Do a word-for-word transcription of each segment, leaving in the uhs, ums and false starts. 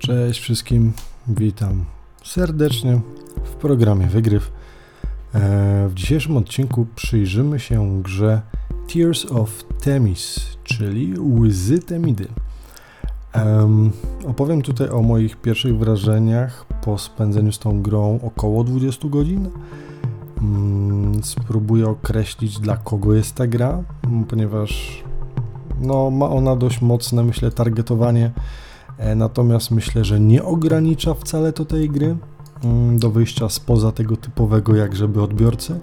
Cześć wszystkim, witam serdecznie w programie Wygryw. W dzisiejszym odcinku przyjrzymy się grze Tears of Themis, czyli Łzy Temidy. Um, opowiem tutaj o moich pierwszych wrażeniach po spędzeniu z tą grą około dwudziestu godzin. Um, spróbuję określić, dla kogo jest ta gra, ponieważ no, ma ona dość mocne, myślę, targetowanie. Natomiast myślę, że nie ogranicza wcale to tej gry do wyjścia spoza tego typowego jak żeby odbiorcy.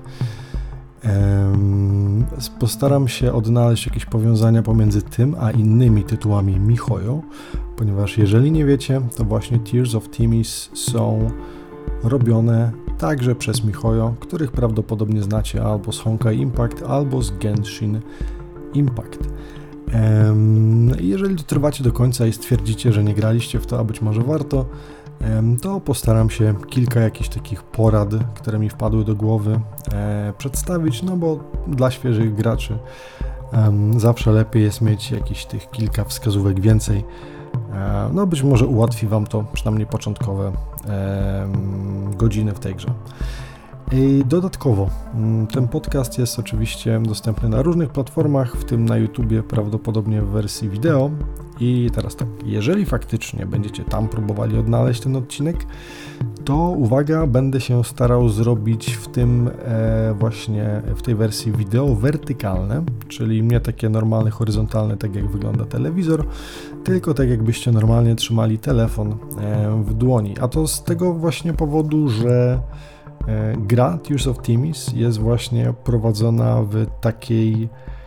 Postaram się odnaleźć jakieś powiązania pomiędzy tym a innymi tytułami miHoYo, ponieważ jeżeli nie wiecie, to właśnie Tears of Themis są robione także przez miHoYo, których prawdopodobnie znacie albo z Honkai Impact, albo z Genshin Impact. Jeżeli dotrwacie do końca i stwierdzicie, że nie graliście w to, a być może warto, to postaram się kilka jakichś takich porad, które mi wpadły do głowy, przedstawić, no bo dla świeżych graczy zawsze lepiej jest mieć jakieś tych kilka wskazówek więcej. No być może ułatwi Wam to przynajmniej początkowe godziny w tej grze. I dodatkowo ten podcast jest oczywiście dostępny na różnych platformach, w tym na YouTubie, prawdopodobnie w wersji wideo. I teraz tak, jeżeli faktycznie będziecie tam próbowali odnaleźć ten odcinek, to uwaga, będę się starał zrobić w tym e, właśnie w tej wersji wideo wertykalne, czyli nie takie normalne, horyzontalne, tak jak wygląda telewizor, tylko tak jakbyście normalnie trzymali telefon e, w dłoni. A to z tego właśnie powodu, że gra Tears of Themis jest właśnie prowadzona w takiej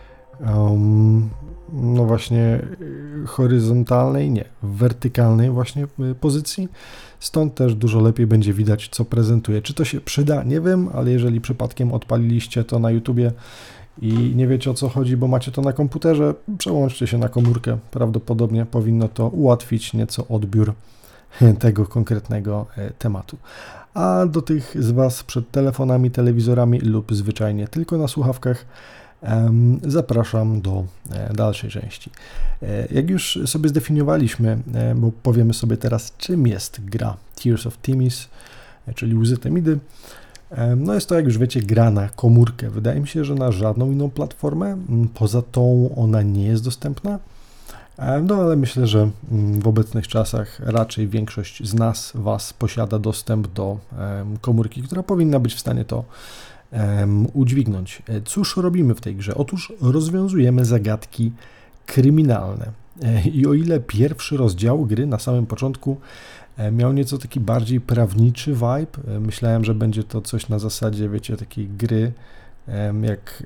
um, no właśnie horyzontalnej, nie, wertykalnej właśnie pozycji, stąd też dużo lepiej będzie widać, co prezentuje. Czy to się przyda? Nie wiem, ale jeżeli przypadkiem odpaliliście to na YouTubie i nie wiecie, o co chodzi, bo macie to na komputerze, przełączcie się na komórkę, prawdopodobnie powinno to ułatwić nieco odbiór tego konkretnego tematu. A do tych z Was przed telefonami, telewizorami lub zwyczajnie tylko na słuchawkach zapraszam do dalszej części. Jak już sobie zdefiniowaliśmy, bo powiemy sobie teraz, czym jest gra Tears of Themis, czyli Łzy Temidy, no jest to, jak już wiecie, gra na komórkę. Wydaje mi się, że na żadną inną platformę, poza tą ona nie jest dostępna. No ale myślę, że w obecnych czasach raczej większość z nas, Was posiada dostęp do komórki, która powinna być w stanie to udźwignąć. Cóż robimy w tej grze? Otóż rozwiązujemy zagadki kryminalne. I o ile pierwszy rozdział gry na samym początku miał nieco taki bardziej prawniczy vibe, myślałem, że będzie to coś na zasadzie, wiecie, takiej gry jak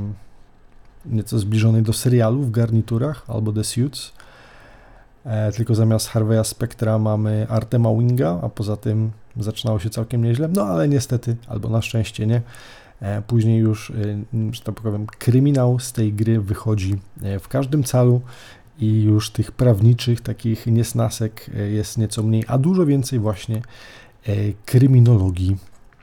nieco zbliżonej do serialu w garniturach albo The Suits, e, tylko zamiast Harveya Spectra mamy Artema Winga, a poza tym zaczynało się całkiem nieźle, no ale niestety, albo na szczęście nie, e, później już, e, że tak powiem, kryminał z tej gry wychodzi e, w każdym calu i już tych prawniczych takich niesnasek e, jest nieco mniej, a dużo więcej właśnie e, kryminologii.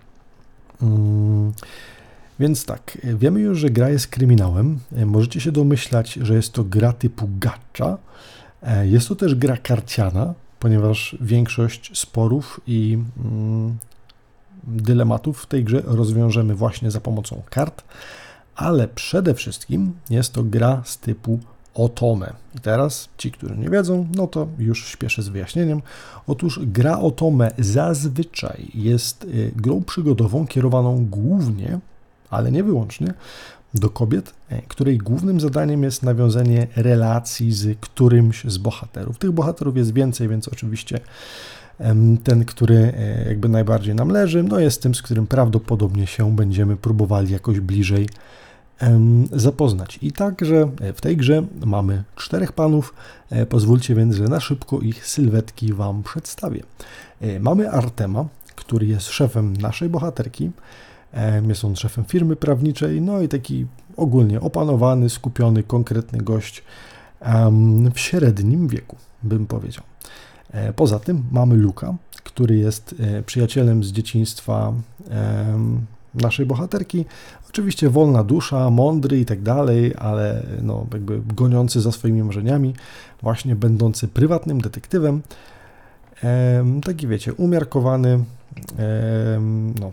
Mm. Więc tak, wiemy już, że gra jest kryminałem. Możecie się domyślać, że jest to gra typu gacha. Jest to też gra karciana, ponieważ większość sporów i mm, dylematów w tej grze rozwiążemy właśnie za pomocą kart, ale przede wszystkim jest to gra z typu otome. I teraz ci, którzy nie wiedzą, no to już śpieszę z wyjaśnieniem. Otóż gra otome zazwyczaj jest grą przygodową kierowaną głównie, ale nie wyłącznie, do kobiet, której głównym zadaniem jest nawiązanie relacji z którymś z bohaterów. Tych bohaterów jest więcej, więc oczywiście ten, który jakby najbardziej nam leży, no jest tym, z którym prawdopodobnie się będziemy próbowali jakoś bliżej zapoznać. I także w tej grze mamy czterech panów, pozwólcie więc, że na szybko ich sylwetki Wam przedstawię. Mamy Artema, który jest szefem naszej bohaterki, jest on szefem firmy prawniczej, no i taki ogólnie opanowany, skupiony, konkretny gość w średnim wieku, bym powiedział. Poza tym mamy Luka, który jest przyjacielem z dzieciństwa naszej bohaterki. Oczywiście wolna dusza, mądry i tak dalej, ale no jakby goniący za swoimi marzeniami, właśnie będący prywatnym detektywem. Taki wiecie, umiarkowany, no,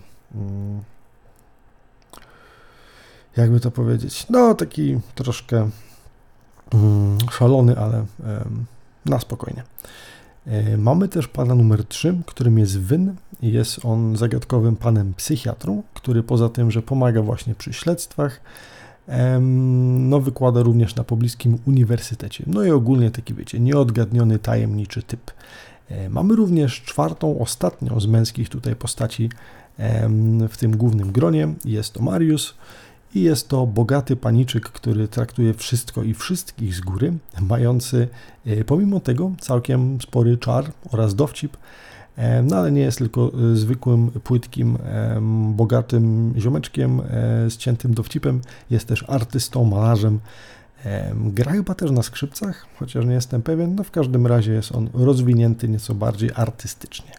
jakby to powiedzieć, no taki troszkę szalony, ale na spokojnie. Mamy też pana numer trzy, którym jest Wyn. Jest on zagadkowym panem psychiatrą, który poza tym, że pomaga właśnie przy śledztwach, no wykłada również na pobliskim uniwersytecie. No i ogólnie taki, wiecie, nieodgadniony, tajemniczy typ. Mamy również czwartą, ostatnią z męskich tutaj postaci w tym głównym gronie. Jest to Mariusz i jest to bogaty paniczyk, który traktuje wszystko i wszystkich z góry, mający pomimo tego całkiem spory czar oraz dowcip, no ale nie jest tylko zwykłym, płytkim, bogatym ziomeczkiem z ciętym dowcipem, jest też artystą, malarzem. Gra chyba też na skrzypcach, chociaż nie jestem pewien, no w każdym razie jest on rozwinięty nieco bardziej artystycznie.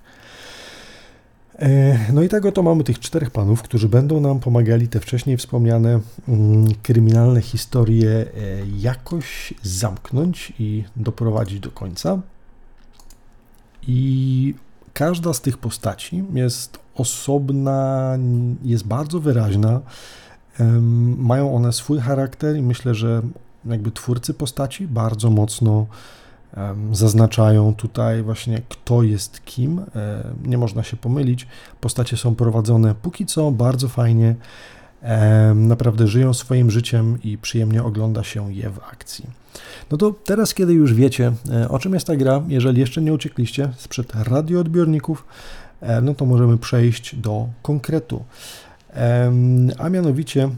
No i tak oto mamy tych czterech panów, którzy będą nam pomagali te wcześniej wspomniane mm, kryminalne historie jakoś zamknąć i doprowadzić do końca. I każda z tych postaci jest osobna, jest bardzo wyraźna, mają one swój charakter i myślę, że jakby twórcy postaci bardzo mocno zaznaczają tutaj właśnie, kto jest kim. Nie można się pomylić. Postacie są prowadzone póki co bardzo fajnie. Naprawdę żyją swoim życiem i przyjemnie ogląda się je w akcji. No to teraz, kiedy już wiecie, o czym jest ta gra, jeżeli jeszcze nie uciekliście sprzed radioodbiorników, no to możemy przejść do konkretu. A mianowicie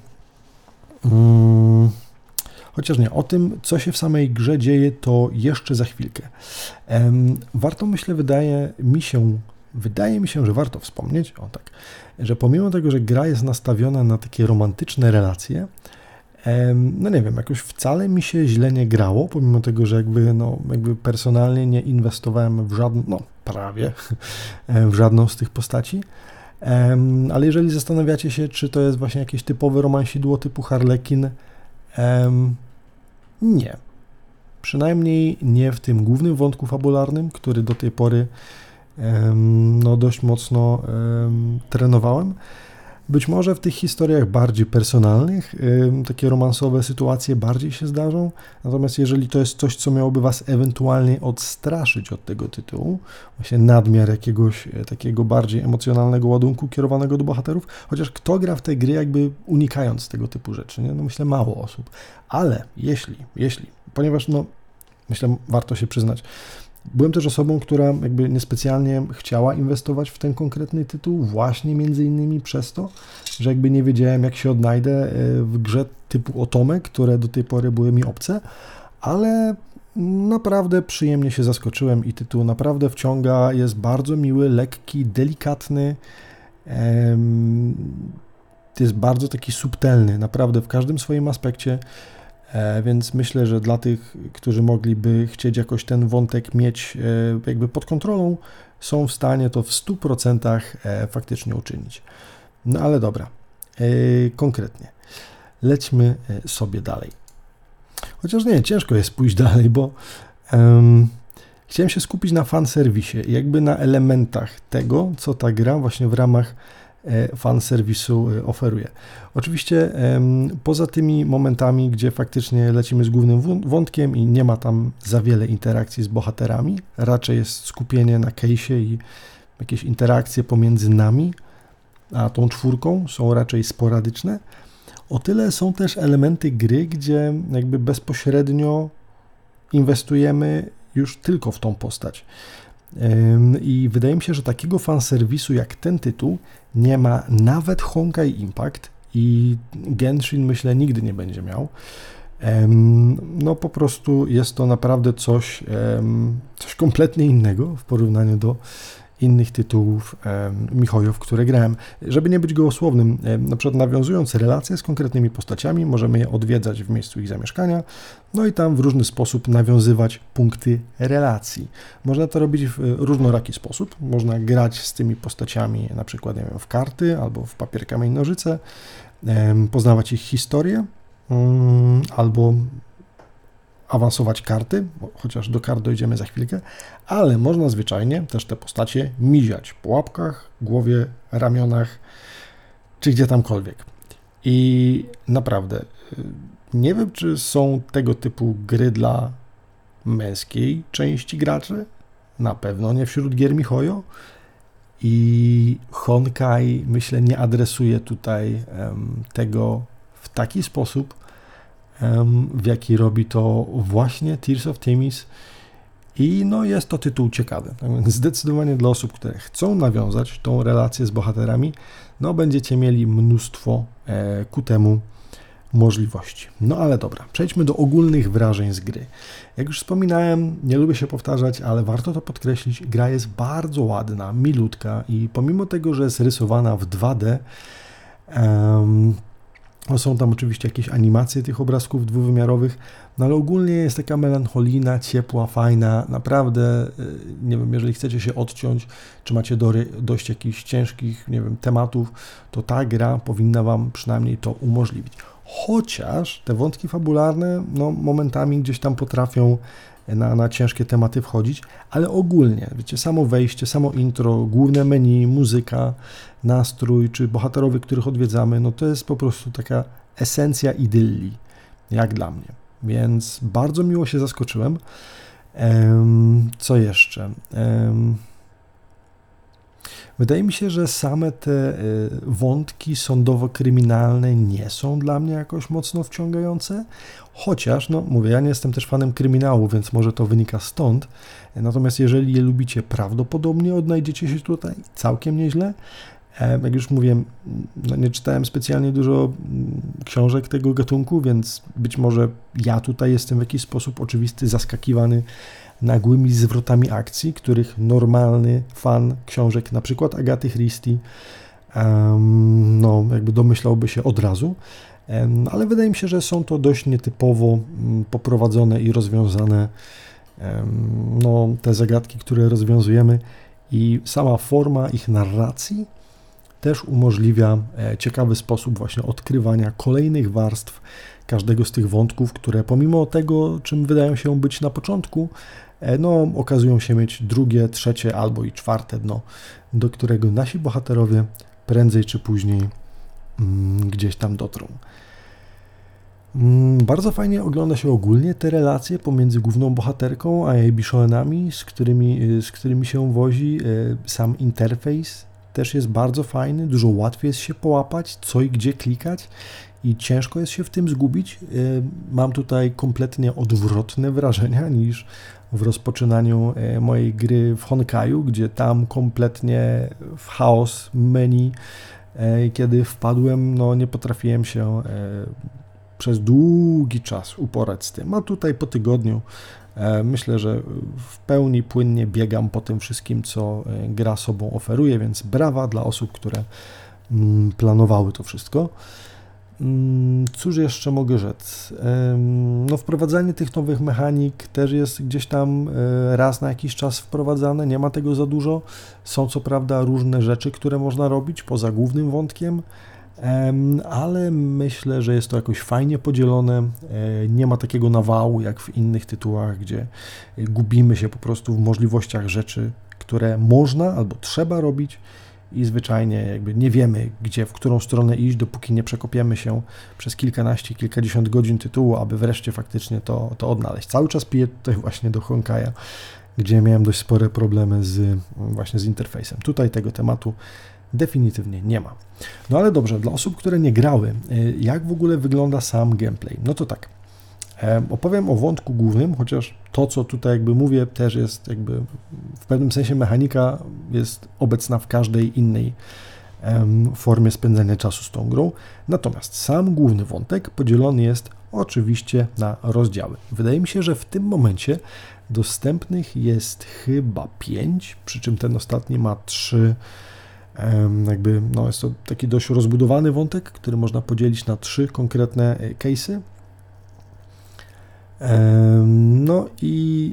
chociaż nie, o tym, co się w samej grze dzieje, to jeszcze za chwilkę. Warto, myślę, wydaje mi się, wydaje mi się, że warto wspomnieć, o tak, że pomimo tego, że gra jest nastawiona na takie romantyczne relacje, no nie wiem, jakoś wcale mi się źle nie grało, pomimo tego, że jakby, no, jakby personalnie nie inwestowałem w żadną, no prawie, w żadną z tych postaci. Ale jeżeli zastanawiacie się, czy to jest właśnie jakieś typowe romansidło typu Harlekin, Um, nie. Przynajmniej nie w tym głównym wątku fabularnym, który do tej pory um, no dość mocno um, trenowałem. Być może w tych historiach bardziej personalnych um, takie romansowe sytuacje bardziej się zdarzą, natomiast jeżeli to jest coś, co miałoby was ewentualnie odstraszyć od tego tytułu, właśnie nadmiar jakiegoś takiego bardziej emocjonalnego ładunku kierowanego do bohaterów, chociaż kto gra w te gry jakby unikając tego typu rzeczy, nie? No myślę mało osób, ale jeśli, jeśli, ponieważ no myślę warto się przyznać, byłem też osobą, która jakby niespecjalnie chciała inwestować w ten konkretny tytuł właśnie między innymi przez to, że jakby nie wiedziałem, jak się odnajdę w grze typu Otome, które do tej pory były mi obce, ale naprawdę przyjemnie się zaskoczyłem i tytuł naprawdę wciąga, jest bardzo miły, lekki, delikatny, jest bardzo taki subtelny, naprawdę w każdym swoim aspekcie. Więc myślę, że dla tych, którzy mogliby chcieć jakoś ten wątek mieć jakby pod kontrolą, są w stanie to w stu procentach faktycznie uczynić. No ale dobra, konkretnie. Lećmy sobie dalej. Chociaż nie, ciężko jest pójść dalej, bo um, chciałem się skupić na fanserwisie, jakby na elementach tego, co ta gra właśnie w ramach fanserwisu oferuje. Oczywiście poza tymi momentami, gdzie faktycznie lecimy z głównym wątkiem i nie ma tam za wiele interakcji z bohaterami, raczej jest skupienie na case'ie i jakieś interakcje pomiędzy nami a tą czwórką są raczej sporadyczne. O tyle są też elementy gry, gdzie jakby bezpośrednio inwestujemy już tylko w tą postać. I wydaje mi się, że takiego fanserwisu jak ten tytuł nie ma nawet Honkai Impact i Genshin, myślę, nigdy nie będzie miał. No po prostu jest to naprawdę coś, coś kompletnie innego w porównaniu do innych tytułów MiHoYo, w które grałem. Żeby nie być gołosłownym, na przykład nawiązując relacje z konkretnymi postaciami, możemy je odwiedzać w miejscu ich zamieszkania, no i tam w różny sposób nawiązywać punkty relacji. Można to robić w różnoraki sposób. Można grać z tymi postaciami na przykład, nie wiem, w karty albo w papier, kamień, nożyce, poznawać ich historię, albo awansować karty, bo chociaż do kart dojdziemy za chwilkę, ale można zwyczajnie też te postacie miziać po łapkach, głowie, ramionach, czy gdzie tamkolwiek. I naprawdę, nie wiem, czy są tego typu gry dla męskiej części graczy, na pewno nie wśród gier MiHoYo, i Honkai, myślę, nie adresuje tutaj um, tego w taki sposób, um, w jaki robi to właśnie Tears of Themis, i no jest to tytuł ciekawy. Tak więc zdecydowanie dla osób, które chcą nawiązać tą relację z bohaterami, no będziecie mieli mnóstwo e, ku temu możliwości. No ale dobra, przejdźmy do ogólnych wrażeń z gry. Jak już wspominałem, nie lubię się powtarzać, ale warto to podkreślić, gra jest bardzo ładna, milutka i pomimo tego, że jest rysowana w dwa D, um, no są tam oczywiście jakieś animacje tych obrazków dwuwymiarowych, no ale ogólnie jest taka melancholijna, ciepła, fajna, naprawdę, nie wiem, jeżeli chcecie się odciąć, czy macie do, dość jakichś ciężkich, nie wiem, tematów, to ta gra powinna Wam przynajmniej to umożliwić. Chociaż te wątki fabularne, no momentami gdzieś tam potrafią na, na ciężkie tematy wchodzić, ale ogólnie, wiecie, samo wejście, samo intro, główne menu, muzyka, nastrój, czy bohaterowie, których odwiedzamy, no to jest po prostu taka esencja idylii, jak dla mnie. Więc bardzo miło się zaskoczyłem. Ehm, co jeszcze? Ehm, Wydaje mi się, że same te wątki sądowo-kryminalne nie są dla mnie jakoś mocno wciągające, chociaż, no mówię, ja nie jestem też fanem kryminału, więc może to wynika stąd, natomiast jeżeli je lubicie, prawdopodobnie odnajdziecie się tutaj całkiem nieźle. Jak już mówiłem, no nie czytałem specjalnie dużo książek tego gatunku, więc być może ja tutaj jestem w jakiś sposób oczywisty, zaskakiwany nagłymi zwrotami akcji, których normalny fan książek, na przykład Agaty Christie, um, no jakby domyślałby się od razu, um, ale wydaje mi się, że są to dość nietypowo um, poprowadzone i rozwiązane um, no, te zagadki, które rozwiązujemy, i sama forma ich narracji też umożliwia e, ciekawy sposób właśnie odkrywania kolejnych warstw każdego z tych wątków, które pomimo tego, czym wydają się być na początku, no okazują się mieć drugie, trzecie albo i czwarte dno, do którego nasi bohaterowie prędzej czy później mm, gdzieś tam dotrą. Mm, bardzo fajnie ogląda się ogólnie te relacje pomiędzy główną bohaterką a jej bishoenami, z którymi, z którymi się wozi. Sam interfejs też jest bardzo fajny, dużo łatwiej jest się połapać, co i gdzie klikać, i ciężko jest się w tym zgubić. Mam tutaj kompletnie odwrotne wrażenia niż w rozpoczynaniu mojej gry w Honkaiu, gdzie tam kompletnie w chaos menu, kiedy wpadłem, no nie potrafiłem się przez długi czas uporać z tym. A tutaj po tygodniu myślę, że w pełni płynnie biegam po tym wszystkim, co gra sobą oferuje, więc brawa dla osób, które planowały to wszystko. Cóż jeszcze mogę rzec? No, wprowadzanie tych nowych mechanik też jest gdzieś tam raz na jakiś czas wprowadzane, nie ma tego za dużo. Są co prawda różne rzeczy, które można robić poza głównym wątkiem, ale myślę, że jest to jakoś fajnie podzielone. Nie ma takiego nawału jak w innych tytułach, gdzie gubimy się po prostu w możliwościach rzeczy, które można albo trzeba robić, i zwyczajnie jakby nie wiemy, gdzie, w którą stronę iść, dopóki nie przekopiemy się przez kilkanaście, kilkadziesiąt godzin tytułu, aby wreszcie faktycznie to, to odnaleźć. Cały czas piję tutaj właśnie do Honkai'a, gdzie miałem dość spore problemy z, właśnie z interfejsem. Tutaj tego tematu definitywnie nie ma. No ale dobrze, dla osób, które nie grały, jak w ogóle wygląda sam gameplay? No to tak, opowiem o wątku głównym, chociaż to, co tutaj jakby mówię, też jest jakby w pewnym sensie mechanika jest obecna w każdej innej um, formie spędzania czasu z tą grą. Natomiast sam główny wątek podzielony jest oczywiście na rozdziały. Wydaje mi się, że w tym momencie dostępnych jest chyba pięć, przy czym ten ostatni ma trzy, um, jakby, no jest to taki dość rozbudowany wątek, który można podzielić na trzy konkretne case'y. No i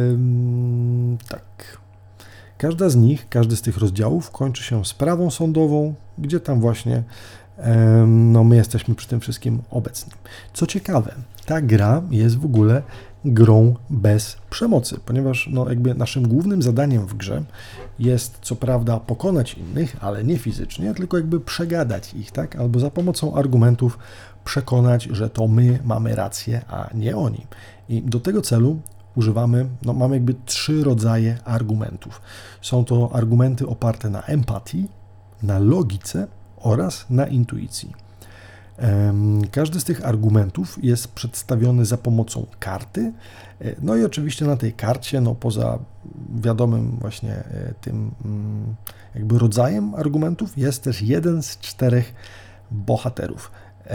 tak, każda z nich, każdy z tych rozdziałów kończy się sprawą sądową, gdzie tam właśnie no my jesteśmy przy tym wszystkim obecni. Co ciekawe, ta gra jest w ogóle grą bez przemocy, ponieważ no, jakby naszym głównym zadaniem w grze jest co prawda pokonać innych, ale nie fizycznie, tylko jakby przegadać ich, tak? Albo za pomocą argumentów przekonać, że to my mamy rację, a nie oni. I do tego celu używamy, no mamy jakby trzy rodzaje argumentów. Są to argumenty oparte na empatii, na logice oraz na intuicji. Każdy z tych argumentów jest przedstawiony za pomocą karty, no i oczywiście na tej karcie, no poza wiadomym właśnie tym jakby rodzajem argumentów, jest też jeden z czterech bohaterów.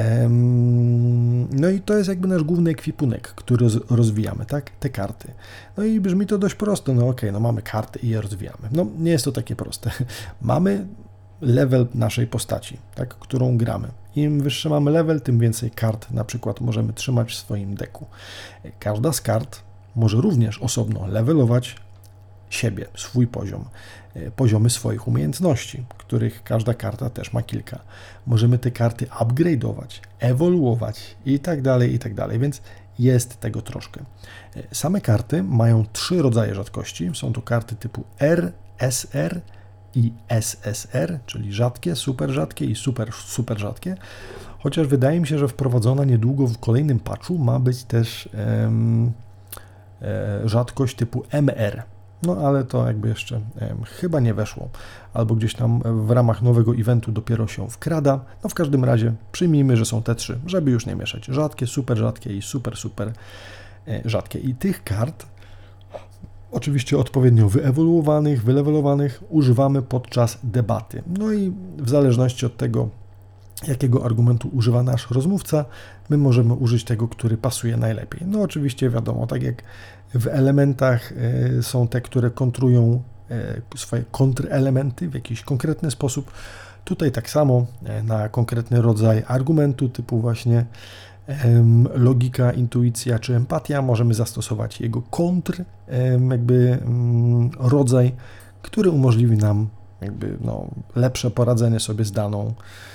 No i to jest jakby nasz główny ekwipunek, który rozwijamy, tak? Te karty. No i brzmi to dość prosto, no okej, okay, no mamy karty i je rozwijamy. No nie jest to takie proste. Mamy level naszej postaci, tak, którą gramy. Im wyższy mamy level, tym więcej kart na przykład możemy trzymać w swoim deku. Każda z kart może również osobno levelować siebie, swój poziom, poziomy swoich umiejętności, których każda karta też ma kilka. Możemy te karty upgrade'ować, ewoluować i tak dalej, i tak dalej, więc jest tego troszkę. Same karty mają trzy rodzaje rzadkości. Są to karty typu R, S R i S S R, czyli rzadkie, super rzadkie i super, super rzadkie. Chociaż wydaje mi się, że wprowadzona niedługo w kolejnym patchu ma być też em, e, rzadkość typu M R. No ale to jakby jeszcze em, chyba nie weszło, albo gdzieś tam w ramach nowego eventu dopiero się wkrada. No w każdym razie przyjmijmy, że są te trzy, żeby już nie mieszać. Rzadkie, super rzadkie i super, super e, rzadkie. I tych kart, oczywiście odpowiednio wyewoluowanych, wylewelowanych, używamy podczas debaty. No i w zależności od tego, jakiego argumentu używa nasz rozmówca, my możemy użyć tego, który pasuje najlepiej. No oczywiście wiadomo, tak jak w elementach y, są te, które kontrują y, swoje kontrelementy w jakiś konkretny sposób, tutaj tak samo y, na konkretny rodzaj argumentu typu właśnie y, logika, intuicja czy empatia możemy zastosować jego kontr, y, jakby y, rodzaj, który umożliwi nam jakby no, lepsze poradzenie sobie z daną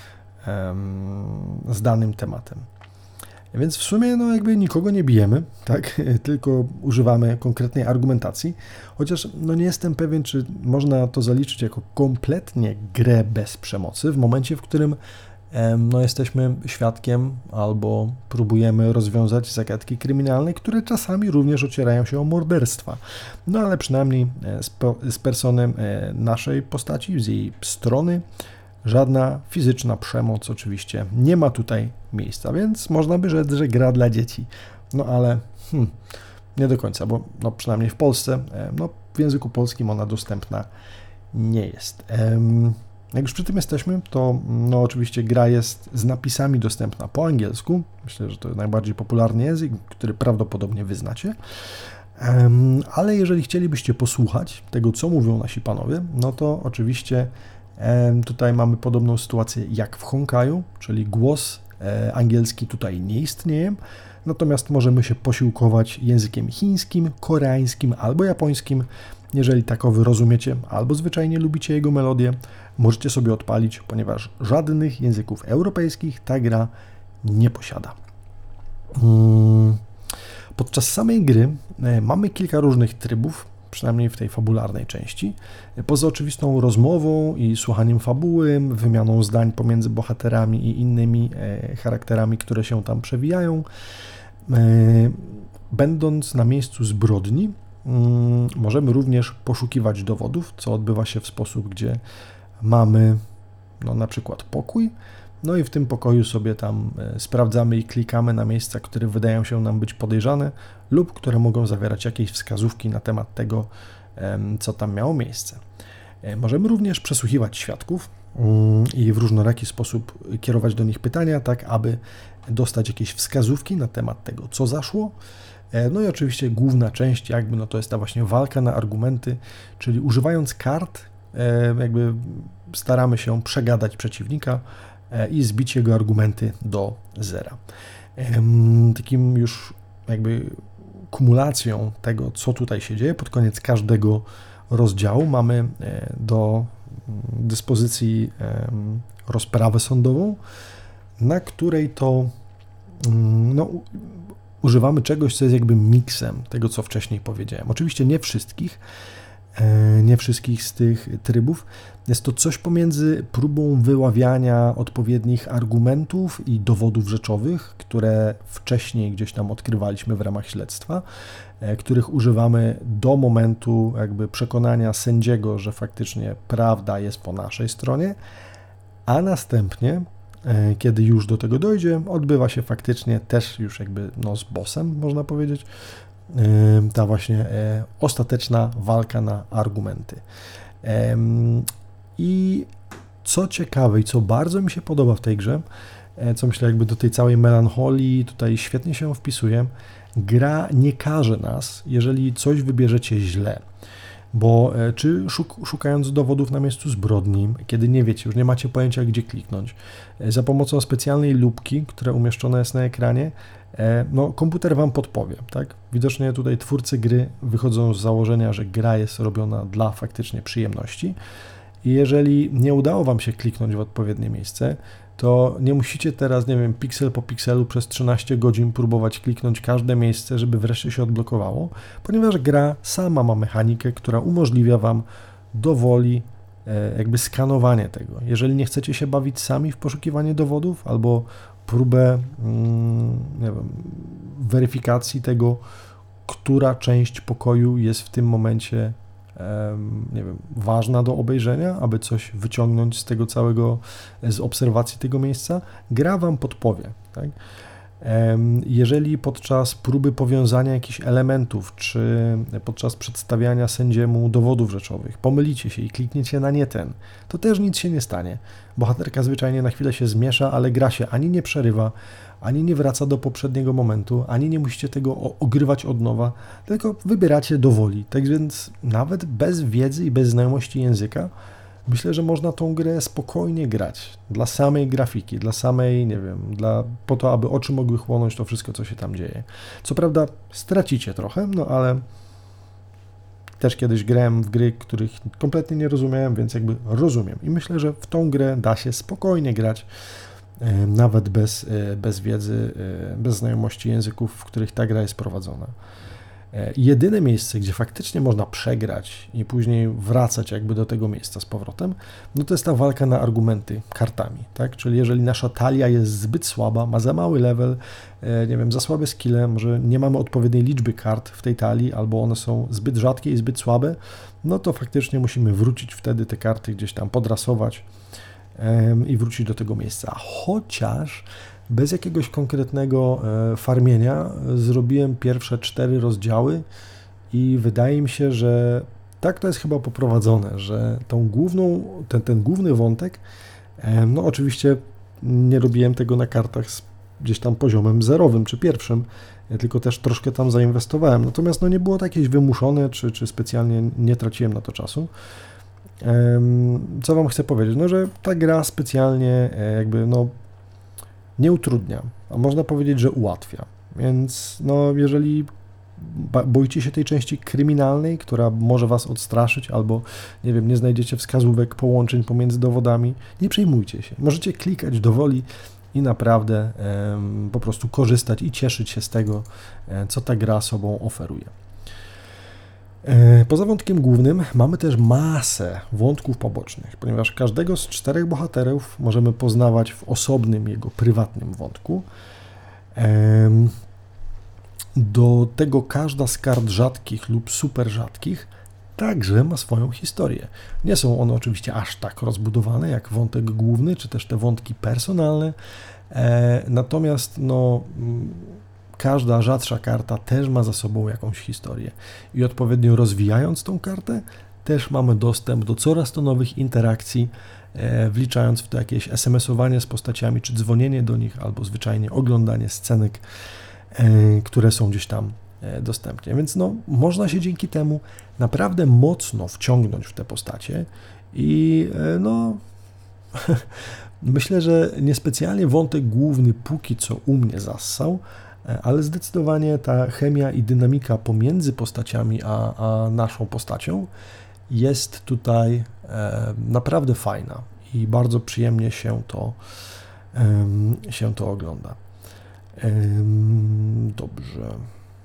z danym tematem. Więc w sumie no jakby nikogo nie bijemy, tak, tylko używamy konkretnej argumentacji, chociaż no nie jestem pewien, czy można to zaliczyć jako kompletnie grę bez przemocy, w momencie, w którym no, jesteśmy świadkiem albo próbujemy rozwiązać zagadki kryminalne, które czasami również ocierają się o morderstwa. No ale przynajmniej z, z persony naszej postaci, z jej strony, żadna fizyczna przemoc oczywiście nie ma tutaj miejsca, więc można by rzec, że gra dla dzieci. No ale hmm, nie do końca, bo no, przynajmniej w Polsce, no, w języku polskim ona dostępna nie jest. Jak już przy tym jesteśmy, to no, oczywiście gra jest z napisami dostępna po angielsku. Myślę, że to jest najbardziej popularny język, który prawdopodobnie wyznacie. Ale jeżeli chcielibyście posłuchać tego, co mówią nasi panowie, no to oczywiście tutaj mamy podobną sytuację jak w Honkaju, czyli głos angielski tutaj nie istnieje, natomiast możemy się posiłkować językiem chińskim, koreańskim albo japońskim. Jeżeli takowy rozumiecie albo zwyczajnie lubicie jego melodię, możecie sobie odpalić, ponieważ żadnych języków europejskich ta gra nie posiada. Podczas samej gry mamy kilka różnych trybów, przynajmniej w tej fabularnej części. Poza oczywistą rozmową i słuchaniem fabuły, wymianą zdań pomiędzy bohaterami i innymi charakterami, które się tam przewijają, będąc na miejscu zbrodni, możemy również poszukiwać dowodów, co odbywa się w sposób, gdzie mamy no, na przykład pokój, no i w tym pokoju sobie tam sprawdzamy i klikamy na miejsca, które wydają się nam być podejrzane lub które mogą zawierać jakieś wskazówki na temat tego, co tam miało miejsce. Możemy również przesłuchiwać świadków i w różnoraki sposób kierować do nich pytania, tak aby dostać jakieś wskazówki na temat tego, co zaszło. No i oczywiście główna część jakby no to jest ta właśnie walka na argumenty, czyli używając kart jakby staramy się przegadać przeciwnika i zbić jego argumenty do zera. Takim już jakby kumulacją tego, co tutaj się dzieje, pod koniec każdego rozdziału mamy do dyspozycji rozprawę sądową, na której to no, używamy czegoś, co jest jakby miksem tego, co wcześniej powiedziałem. Oczywiście nie wszystkich, nie wszystkich z tych trybów. Jest to coś pomiędzy próbą wyławiania odpowiednich argumentów i dowodów rzeczowych, które wcześniej gdzieś tam odkrywaliśmy w ramach śledztwa, których używamy do momentu jakby przekonania sędziego, że faktycznie prawda jest po naszej stronie, a następnie, kiedy już do tego dojdzie, odbywa się faktycznie też już jakby no z bossem, można powiedzieć, ta właśnie ostateczna walka na argumenty. I co ciekawe i co bardzo mi się podoba w tej grze, co myślę jakby do tej całej melancholii tutaj świetnie się wpisuje, gra nie karze nas, jeżeli coś wybierzecie źle. Bo czy szuk- szukając dowodów na miejscu zbrodni, kiedy nie wiecie, już nie macie pojęcia, gdzie kliknąć, za pomocą specjalnej lupki, która umieszczona jest na ekranie, no komputer wam podpowie, tak? Widocznie tutaj twórcy gry wychodzą z założenia, że gra jest robiona dla faktycznie przyjemności i jeżeli nie udało wam się kliknąć w odpowiednie miejsce, to nie musicie teraz, nie wiem, piksel po pikselu przez trzynaście godzin próbować kliknąć każde miejsce, żeby wreszcie się odblokowało, ponieważ gra sama ma mechanikę, która umożliwia wam dowoli jakby skanowanie tego. Jeżeli nie chcecie się bawić sami w poszukiwanie dowodów albo próbę nie wiem, weryfikacji tego, która część pokoju jest w tym momencie nie wiem, ważna do obejrzenia, aby coś wyciągnąć z tego całego, z obserwacji tego miejsca, gra wam podpowie, tak? Jeżeli podczas próby powiązania jakichś elementów, czy podczas przedstawiania sędziemu dowodów rzeczowych pomylicie się i klikniecie na nie ten, to też nic się nie stanie. Bohaterka zwyczajnie na chwilę się zmiesza, ale gra się ani nie przerywa, ani nie wraca do poprzedniego momentu, ani nie musicie tego ogrywać od nowa, tylko wybieracie dowoli. Tak więc nawet bez wiedzy i bez znajomości języka myślę, że można tą grę spokojnie grać dla samej grafiki, dla samej, nie wiem, dla, po to, aby oczy mogły chłonąć to wszystko, co się tam dzieje. Co prawda stracicie trochę, no ale też kiedyś grałem w gry, których kompletnie nie rozumiałem, więc jakby rozumiem. I myślę, że w tą grę da się spokojnie grać, nawet bez, bez wiedzy, bez znajomości języków, w których ta gra jest prowadzona. Jedyne miejsce, gdzie faktycznie można przegrać i później wracać jakby do tego miejsca z powrotem, no to jest ta walka na argumenty kartami, tak? Czyli jeżeli nasza talia jest zbyt słaba, ma za mały level, nie wiem, za słabe skille, może nie mamy odpowiedniej liczby kart w tej talii, albo one są zbyt rzadkie i zbyt słabe, no to faktycznie musimy wrócić wtedy te karty gdzieś tam podrasować i wrócić do tego miejsca. Chociaż bez jakiegoś konkretnego farmienia zrobiłem pierwsze cztery rozdziały i wydaje mi się, że tak to jest chyba poprowadzone, że tą główną, ten, ten główny wątek, no oczywiście nie robiłem tego na kartach z gdzieś tam poziomem zerowym czy pierwszym, tylko też troszkę tam zainwestowałem, natomiast no nie było to jakieś wymuszone, czy, czy specjalnie nie traciłem na to czasu. Co wam chcę powiedzieć? No, że ta gra specjalnie jakby no nie utrudnia, a można powiedzieć, że ułatwia. Więc no, jeżeli boicie się tej części kryminalnej, która może was odstraszyć, albo nie wiem, nie znajdziecie wskazówek połączeń pomiędzy dowodami, nie przejmujcie się. Możecie klikać dowoli i naprawdę um, po prostu korzystać i cieszyć się z tego, co ta gra sobą oferuje. Poza wątkiem głównym mamy też masę wątków pobocznych, ponieważ każdego z czterech bohaterów możemy poznawać w osobnym jego prywatnym wątku. Do tego każda z kart rzadkich lub super rzadkich także ma swoją historię. Nie są one oczywiście aż tak rozbudowane jak wątek główny, czy też te wątki personalne, natomiast no każda rzadsza karta też ma za sobą jakąś historię i odpowiednio rozwijając tą kartę, też mamy dostęp do coraz to nowych interakcji, e, wliczając w to jakieś es em esowanie z postaciami, czy dzwonienie do nich, albo zwyczajnie oglądanie scenek, e, które są gdzieś tam e, dostępne. Więc no, można się dzięki temu naprawdę mocno wciągnąć w te postacie i e, no... myślę, że niespecjalnie wątek główny póki co u mnie zassał, ale zdecydowanie ta chemia i dynamika pomiędzy postaciami a, a naszą postacią jest tutaj e, naprawdę fajna i bardzo przyjemnie się to, e, się to ogląda. Ym, dobrze.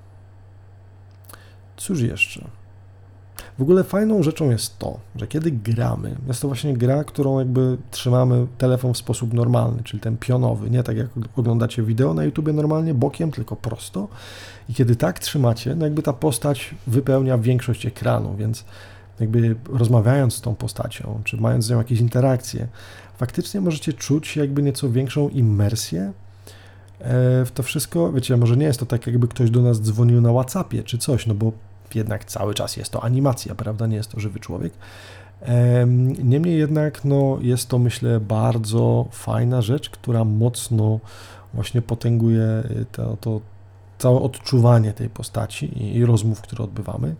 Cóż jeszcze? W ogóle fajną rzeczą jest to, że kiedy gramy, jest to właśnie gra, którą jakby trzymamy telefon w sposób normalny, czyli ten pionowy, nie tak jak oglądacie wideo na YouTubie normalnie, bokiem, tylko prosto. I kiedy tak trzymacie, no jakby ta postać wypełnia większość ekranu, więc jakby rozmawiając z tą postacią, czy mając z nią jakieś interakcje, faktycznie możecie czuć jakby nieco większą imersję w to wszystko. Wiecie, może nie jest to tak, jakby ktoś do nas dzwonił na WhatsAppie czy coś, no bo jednak cały czas jest to animacja, prawda, nie jest to żywy człowiek. Niemniej jednak, no, jest to, myślę, bardzo fajna rzecz, która mocno właśnie potęguje to, to całe odczuwanie tej postaci i, i rozmów, które odbywamy.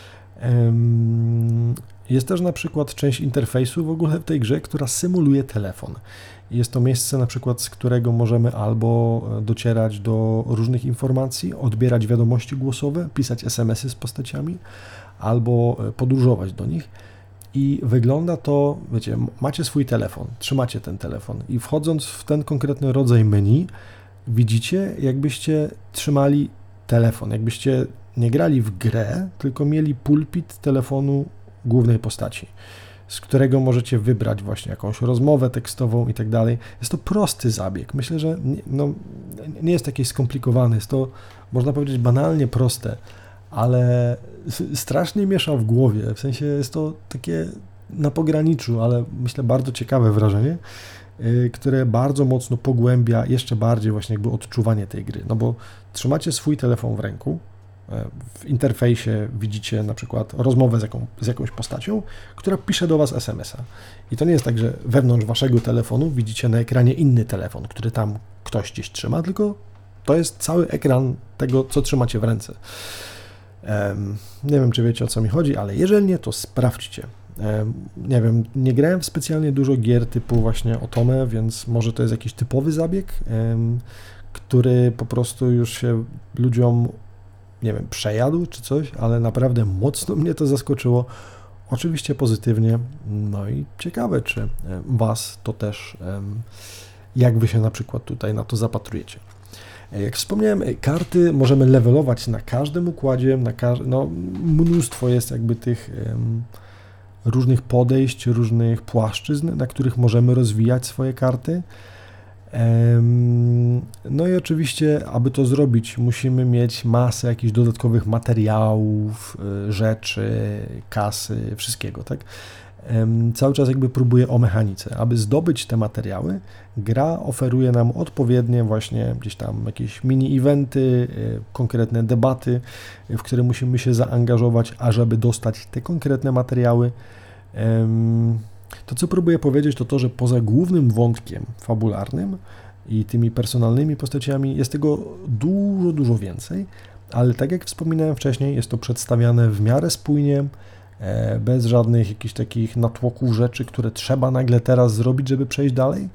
Jest też na przykład część interfejsu w ogóle w tej grze, która symuluje telefon. Jest to miejsce, na przykład, z którego możemy albo docierać do różnych informacji, odbierać wiadomości głosowe, pisać es em esy z postaciami, albo podróżować do nich. I wygląda to, wiecie, macie swój telefon, trzymacie ten telefon i wchodząc w ten konkretny rodzaj menu, widzicie, jakbyście trzymali telefon, jakbyście nie grali w grę, tylko mieli pulpit telefonu głównej postaci, z którego możecie wybrać właśnie jakąś rozmowę tekstową i tak dalej. Jest to prosty zabieg. Myślę, że nie, no, nie jest jakiś skomplikowany. Jest to, można powiedzieć, banalnie proste, ale strasznie miesza w głowie. W sensie jest to takie na pograniczu, ale myślę bardzo ciekawe wrażenie, które bardzo mocno pogłębia jeszcze bardziej właśnie jakby odczuwanie tej gry. No bo trzymacie swój telefon w ręku, w interfejsie widzicie na przykład rozmowę z, jaką, z jakąś postacią, która pisze do Was es em esa. I to nie jest tak, że wewnątrz Waszego telefonu widzicie na ekranie inny telefon, który tam ktoś gdzieś trzyma, tylko to jest cały ekran tego, co trzymacie w ręce. Um, nie wiem, czy wiecie, o co mi chodzi, ale jeżeli nie, to sprawdźcie. Um, nie wiem, nie grałem specjalnie dużo gier typu właśnie Otome, więc może to jest jakiś typowy zabieg, um, który po prostu już się ludziom, nie wiem, przejadł czy coś, ale naprawdę mocno mnie to zaskoczyło. Oczywiście pozytywnie. No i ciekawe, czy Was to też, jak Wy się na przykład tutaj na to zapatrujecie. Jak wspomniałem, karty możemy levelować na każdym układzie, na każ no, mnóstwo jest jakby tych um, różnych podejść, różnych płaszczyzn, na których możemy rozwijać swoje karty. No i oczywiście, aby to zrobić, musimy mieć masę jakichś dodatkowych materiałów, rzeczy, kasy, wszystkiego, tak? Cały czas jakby próbuję o mechanice. Aby zdobyć te materiały, gra oferuje nam odpowiednie właśnie gdzieś tam jakieś mini-eventy, konkretne debaty, w które musimy się zaangażować, ażeby dostać te konkretne materiały. To, co próbuję powiedzieć, to to, że poza głównym wątkiem fabularnym i tymi personalnymi postaciami jest tego dużo, dużo więcej, ale tak jak wspominałem wcześniej, jest to przedstawiane w miarę spójnie, bez żadnych jakichś takich natłoków rzeczy, które trzeba nagle teraz zrobić, żeby przejść dalej.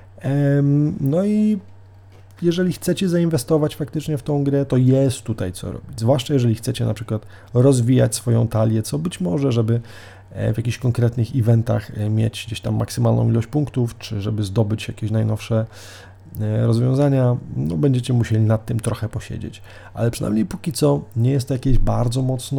No i jeżeli chcecie zainwestować faktycznie w tą grę, to jest tutaj co robić, zwłaszcza jeżeli chcecie na przykład rozwijać swoją talię, co być może, żeby w jakichś konkretnych eventach mieć gdzieś tam maksymalną ilość punktów, czy żeby zdobyć jakieś najnowsze rozwiązania, no będziecie musieli nad tym trochę posiedzieć. Ale przynajmniej póki co nie jest to jakieś bardzo mocno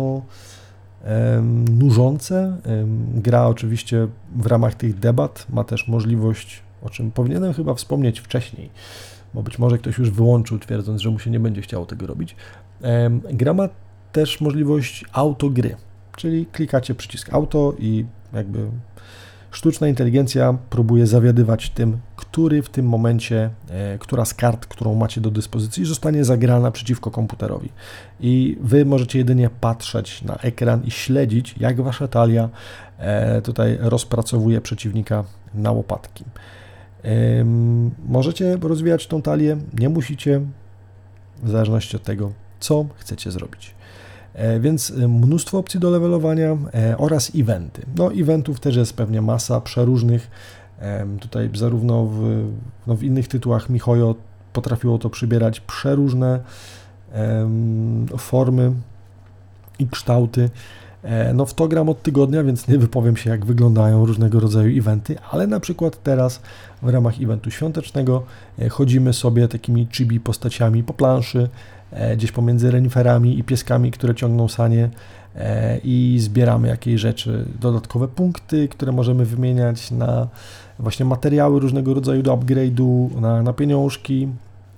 um, nużące. Um, gra oczywiście w ramach tych debat ma też możliwość, o czym powinienem chyba wspomnieć wcześniej, bo być może ktoś już wyłączył, twierdząc, że mu się nie będzie chciało tego robić. Um, gra ma też możliwość autogry. Czyli klikacie przycisk auto i jakby sztuczna inteligencja próbuje zawiadywać tym, który w tym momencie, e, która z kart, którą macie do dyspozycji, zostanie zagrana przeciwko komputerowi. I Wy możecie jedynie patrzeć na ekran i śledzić, jak Wasza talia e, tutaj rozpracowuje przeciwnika na łopatki. E, możecie rozwijać tą talię, nie musicie, w zależności od tego, co chcecie zrobić. Więc mnóstwo opcji do levelowania oraz eventy. No eventów też jest pewnie masa, przeróżnych. Tutaj zarówno w, no w innych tytułach MiHoYo potrafiło to przybierać przeróżne formy i kształty. No w to gram od tygodnia, więc nie wypowiem się, jak wyglądają różnego rodzaju eventy, ale na przykład teraz w ramach eventu świątecznego chodzimy sobie takimi chibi postaciami po planszy, gdzieś pomiędzy reniferami i pieskami, które ciągną sanie i zbieramy jakieś rzeczy, dodatkowe punkty, które możemy wymieniać na właśnie materiały różnego rodzaju do upgrade'u, na, na pieniążki.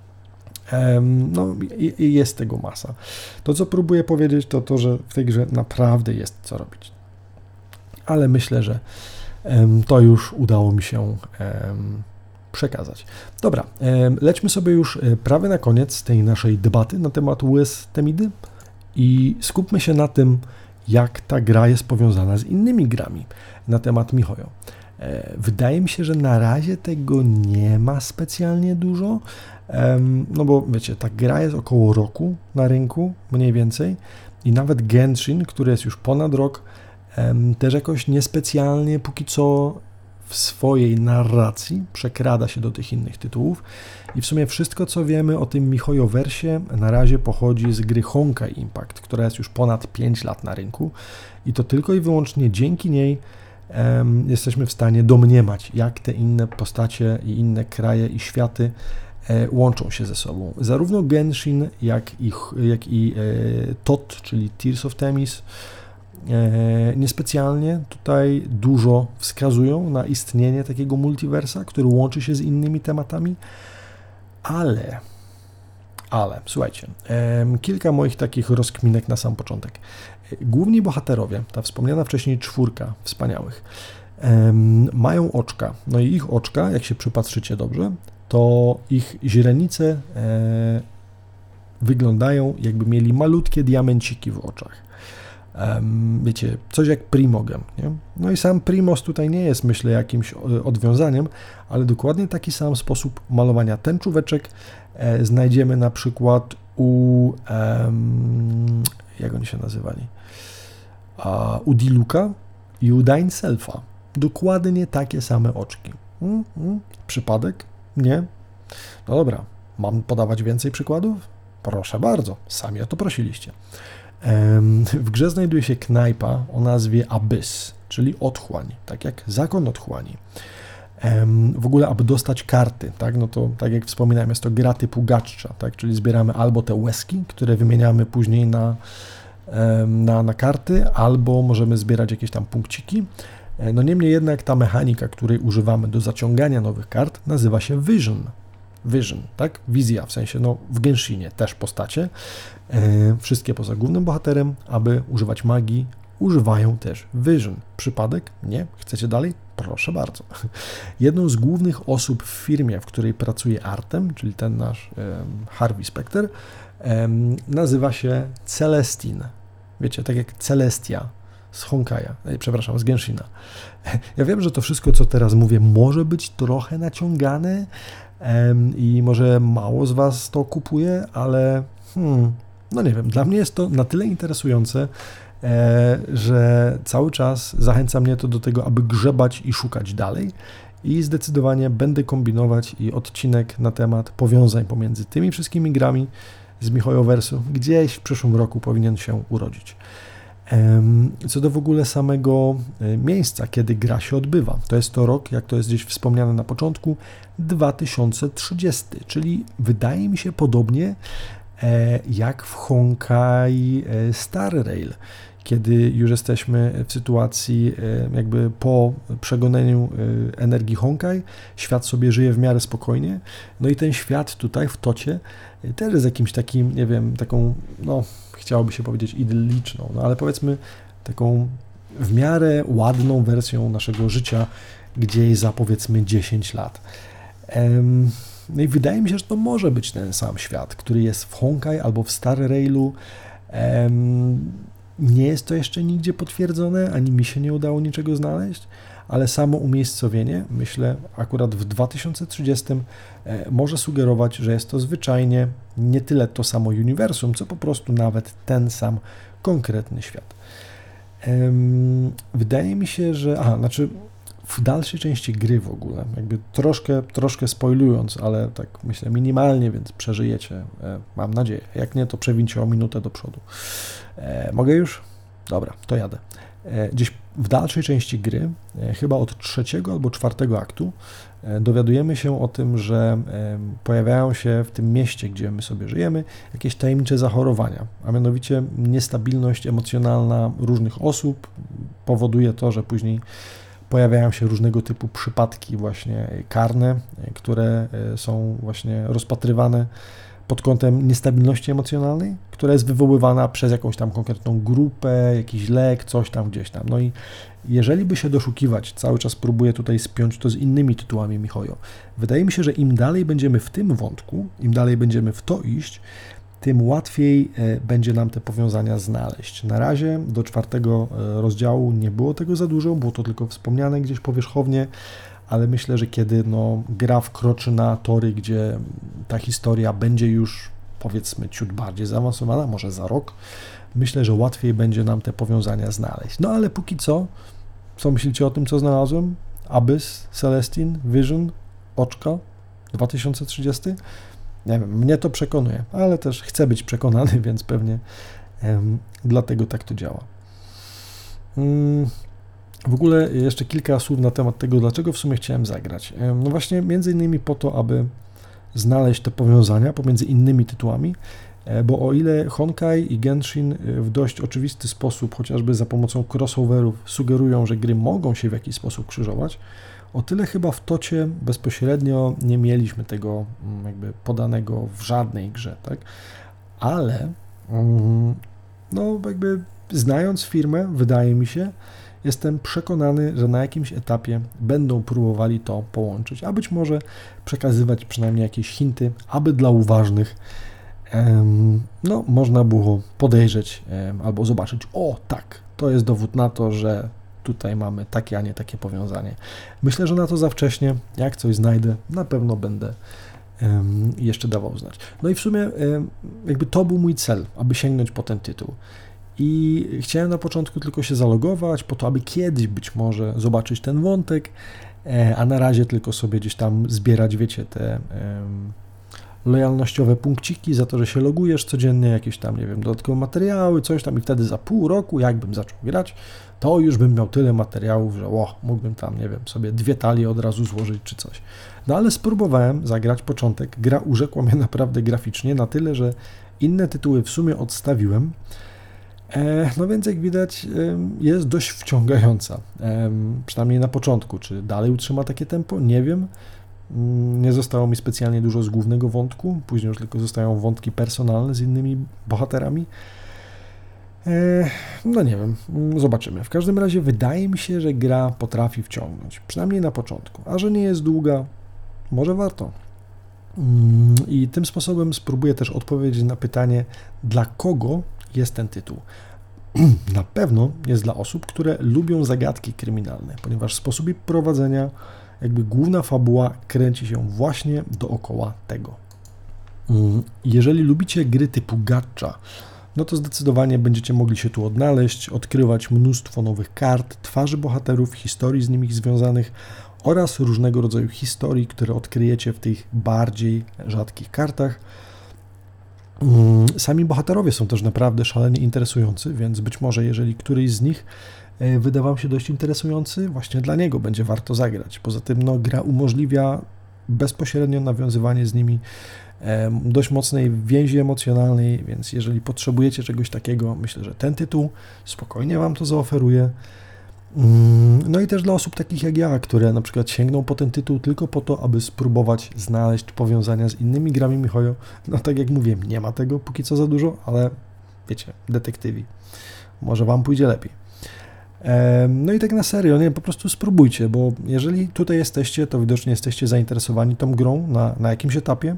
No i jest tego masa. To, co próbuję powiedzieć, to to, że w tej grze naprawdę jest co robić. Ale myślę, że to już udało mi się przekazać. Dobra, lećmy sobie już prawie na koniec tej naszej debaty na temat U S Temidy i skupmy się na tym, jak ta gra jest powiązana z innymi grami na temat MiHoYo. Wydaje mi się, że na razie tego nie ma specjalnie dużo, no bo wiecie, ta gra jest około roku na rynku, mniej więcej, i nawet Genshin, który jest już ponad rok, też jakoś niespecjalnie póki co w swojej narracji przekrada się do tych innych tytułów i w sumie wszystko, co wiemy o tym MiHoYoversie, na razie pochodzi z gry Honkai Impact, która jest już ponad pięć lat na rynku i to tylko i wyłącznie dzięki niej um, jesteśmy w stanie domniemać, jak te inne postacie i inne kraje i światy e, łączą się ze sobą. Zarówno Genshin, jak i, jak i e, T O T, czyli Tears of Themis, niespecjalnie tutaj dużo wskazują na istnienie takiego multiversa, który łączy się z innymi tematami, ale, ale, słuchajcie, kilka moich takich rozkminek na sam początek. Główni bohaterowie, ta wspomniana wcześniej czwórka wspaniałych, mają oczka, no i ich oczka, jak się przypatrzycie dobrze, to ich źrenice wyglądają, jakby mieli malutkie diamenciki w oczach. Um, wiecie, coś jak Primogem, nie? No i sam Primos tutaj nie jest, myślę, jakimś odwiązaniem, ale dokładnie taki sam sposób malowania tęczóweczek e, znajdziemy na przykład u, um, jak oni się nazywali, A, u Diluka i u Dain Selfa. Dokładnie takie same oczki. Hmm, hmm. Przypadek? Nie? No dobra, mam podawać więcej przykładów? Proszę bardzo, sami o to prosiliście. W grze znajduje się knajpa o nazwie Abyss, czyli otchłań, tak jak zakon otchłani. W ogóle, aby dostać karty, tak, no to tak jak wspominałem, jest to gra typu gacha, tak, czyli zbieramy albo te łezki, które wymieniamy później na, na, na karty, albo możemy zbierać jakieś tam punkciki. No niemniej jednak ta mechanika, której używamy do zaciągania nowych kart, nazywa się Vision. Vision, tak? Wizja, w sensie, no w Genshinie też postacie, e, wszystkie poza głównym bohaterem, aby używać magii, używają też Vision. Przypadek? Nie? Chcecie dalej? Proszę bardzo. Jedną z głównych osób w firmie, w której pracuje Artem, czyli ten nasz e, Harvey Specter, e, nazywa się Celestine. Wiecie, tak jak Celestia z Honkaja, e, przepraszam, z Genshina. Ja wiem, że to wszystko, co teraz mówię, może być trochę naciągane, i może mało z Was to kupuje, ale hmm, no nie wiem, dla mnie jest to na tyle interesujące, e, że cały czas zachęca mnie to do tego, aby grzebać i szukać dalej i zdecydowanie będę kombinować i odcinek na temat powiązań pomiędzy tymi wszystkimi grami z MiHoYoversu gdzieś w przyszłym roku powinien się urodzić. Co do w ogóle samego miejsca, kiedy gra się odbywa, to jest to rok, jak to jest gdzieś wspomniane na początku, dwa tysiące trzydziesty, czyli wydaje mi się podobnie jak w Honkai Star Rail, kiedy już jesteśmy w sytuacji jakby po przegoneniu energii Honkai, świat sobie żyje w miarę spokojnie, no i ten świat tutaj w Tocie też jest jakimś takim, nie wiem, taką, no chciałoby się powiedzieć idylliczną, no ale powiedzmy taką w miarę ładną wersją naszego życia gdzieś za powiedzmy dziesięć lat. No i wydaje mi się, że to może być ten sam świat, który jest w Honkai albo w Star Railu. Nie jest to jeszcze nigdzie potwierdzone, ani mi się nie udało niczego znaleźć, ale samo umiejscowienie, myślę, akurat w dwa tysiące trzydziestym może sugerować, że jest to zwyczajnie nie tyle to samo uniwersum, co po prostu nawet ten sam konkretny świat. Wydaje mi się, że... Aha, znaczy w dalszej części gry w ogóle, jakby troszkę, troszkę spoilując, ale tak myślę minimalnie, więc przeżyjecie, mam nadzieję. Jak nie, to przewincie o minutę do przodu. Mogę już? Dobra, to jadę. Gdzieś w dalszej części gry, chyba od trzeciego albo czwartego aktu, dowiadujemy się o tym, że pojawiają się w tym mieście, gdzie my sobie żyjemy, jakieś tajemnicze zachorowania, a mianowicie niestabilność emocjonalna różnych osób powoduje to, że później pojawiają się różnego typu przypadki właśnie karne, które są właśnie rozpatrywane pod kątem niestabilności emocjonalnej, która jest wywoływana przez jakąś tam konkretną grupę, jakiś lek, coś tam gdzieś tam. No i jeżeli by się doszukiwać, cały czas próbuję tutaj spiąć to z innymi tytułami Mihoyo, wydaje mi się, że im dalej będziemy w tym wątku, im dalej będziemy w to iść, tym łatwiej będzie nam te powiązania znaleźć. Na razie do czwartego rozdziału nie było tego za dużo, było to tylko wspomniane gdzieś powierzchownie, ale myślę, że kiedy no, gra wkroczy na tory, gdzie ta historia będzie już, powiedzmy, ciut bardziej zaawansowana, może za rok, myślę, że łatwiej będzie nam te powiązania znaleźć. No ale póki co, co myślicie o tym, co znalazłem? Abyss, Celestine, Vision, Oczka, dwa tysiące trzydzieści? Nie wiem, mnie to przekonuje, ale też chcę być przekonany, więc pewnie em, dlatego tak to działa. Hmm. W ogóle jeszcze kilka słów na temat tego, dlaczego w sumie chciałem zagrać. No właśnie między innymi po to, aby znaleźć te powiązania pomiędzy innymi tytułami, bo o ile Honkai i Genshin w dość oczywisty sposób, chociażby za pomocą crossoverów, sugerują, że gry mogą się w jakiś sposób krzyżować, o tyle chyba w tocie bezpośrednio nie mieliśmy tego jakby podanego w żadnej grze, tak? Ale no jakby znając firmę, wydaje mi się, jestem przekonany, że na jakimś etapie będą próbowali to połączyć, a być może przekazywać przynajmniej jakieś hinty, aby dla uważnych em, no, można było podejrzeć em, albo zobaczyć, o tak, to jest dowód na to, że tutaj mamy takie, a nie takie powiązanie. Myślę, że na to za wcześnie, jak coś znajdę, na pewno będę em, jeszcze dawał znać. No i w sumie em, jakby to był mój cel, aby sięgnąć po ten tytuł. I chciałem na początku tylko się zalogować, po to, aby kiedyś być może zobaczyć ten wątek, a na razie tylko sobie gdzieś tam zbierać, wiecie, te um, lojalnościowe punkciki za to, że się logujesz codziennie, jakieś tam, nie wiem, dodatkowe materiały, coś tam i wtedy za pół roku, jakbym zaczął grać, to już bym miał tyle materiałów, że o, mógłbym tam, nie wiem, sobie dwie talie od razu złożyć czy coś. No ale spróbowałem zagrać początek, gra urzekła mnie naprawdę graficznie na tyle, że inne tytuły w sumie odstawiłem. No więc jak widać jest dość wciągająca, przynajmniej na początku. Czy dalej utrzyma takie tempo? Nie wiem. Nie zostało mi specjalnie dużo z głównego wątku, później już tylko zostają wątki personalne z innymi bohaterami. No nie wiem, zobaczymy. W każdym razie wydaje mi się, że gra potrafi wciągnąć, przynajmniej na początku, a że nie jest długa, może warto. I tym sposobem spróbuję też odpowiedzieć na pytanie, dla kogo jest ten tytuł. Na pewno jest dla osób, które lubią zagadki kryminalne, ponieważ sposób ich prowadzenia, jakby główna fabuła kręci się właśnie dookoła tego. Jeżeli lubicie gry typu gacha, no to zdecydowanie będziecie mogli się tu odnaleźć, odkrywać mnóstwo nowych kart, twarzy bohaterów, historii z nimi związanych oraz różnego rodzaju historii, które odkryjecie w tych bardziej rzadkich kartach. Sami bohaterowie są też naprawdę szalenie interesujący, więc być może jeżeli któryś z nich wyda Wam się dość interesujący, właśnie dla niego będzie warto zagrać. Poza tym no, gra umożliwia bezpośrednio nawiązywanie z nimi dość mocnej więzi emocjonalnej, więc jeżeli potrzebujecie czegoś takiego, myślę, że ten tytuł spokojnie Wam to zaoferuje. No i też dla osób takich jak ja, które na przykład sięgną po ten tytuł tylko po to, aby spróbować znaleźć powiązania z innymi grami Mihoyo. No tak jak mówiłem, nie ma tego póki co za dużo, ale wiecie, detektywi. Może Wam pójdzie lepiej. No i tak na serio, nie, po prostu spróbujcie, bo jeżeli tutaj jesteście, to widocznie jesteście zainteresowani tą grą na, na jakimś etapie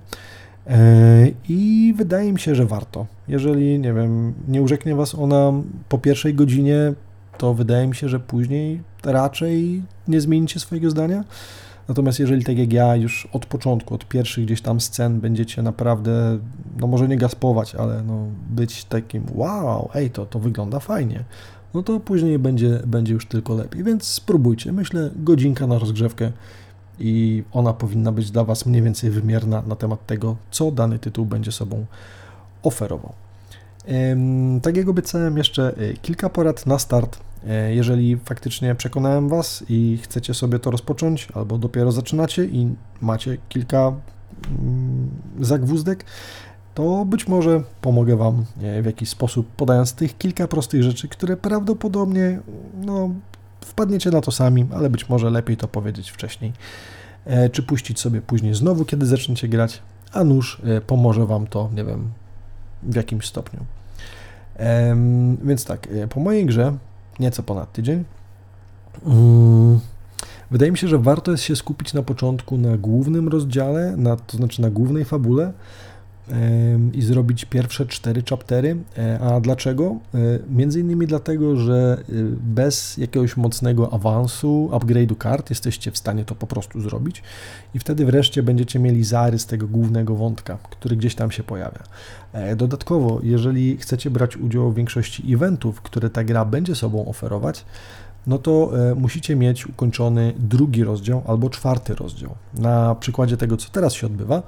i wydaje mi się, że warto. Jeżeli, nie wiem, nie urzeknie Was ona po pierwszej godzinie, to wydaje mi się, że później raczej nie zmienicie swojego zdania. Natomiast jeżeli tak jak ja już od początku, od pierwszych gdzieś tam scen będziecie naprawdę, no może nie gaspować, ale no być takim wow, ej, to, to wygląda fajnie, no to później będzie, będzie już tylko lepiej, więc spróbujcie. Myślę, godzinka na rozgrzewkę i ona powinna być dla Was mniej więcej wymierna na temat tego, co dany tytuł będzie sobą oferował. Tak jak obiecałem, jeszcze kilka porad na start. Jeżeli faktycznie przekonałem Was i chcecie sobie to rozpocząć, albo dopiero zaczynacie i macie kilka zagwózdek, to być może pomogę Wam w jakiś sposób, podając tych kilka prostych rzeczy, które prawdopodobnie no, wpadniecie na to sami, ale być może lepiej to powiedzieć wcześniej, czy puścić sobie później znowu, kiedy zaczniecie grać, a nuż pomoże Wam to, nie wiem, w jakimś stopniu. Więc tak, po mojej grze, nieco ponad tydzień, wydaje mi się, że warto jest się skupić na początku na głównym rozdziale, na, to znaczy na głównej fabule i zrobić pierwsze cztery chaptery. A dlaczego? Między innymi dlatego, że bez jakiegoś mocnego awansu, upgrade'u kart jesteście w stanie to po prostu zrobić i wtedy wreszcie będziecie mieli zarys tego głównego wątka, który gdzieś tam się pojawia. Dodatkowo, jeżeli chcecie brać udział w większości eventów, które ta gra będzie sobą oferować, no to musicie mieć ukończony drugi rozdział albo czwarty rozdział. Na przykładzie tego, co teraz się odbywa,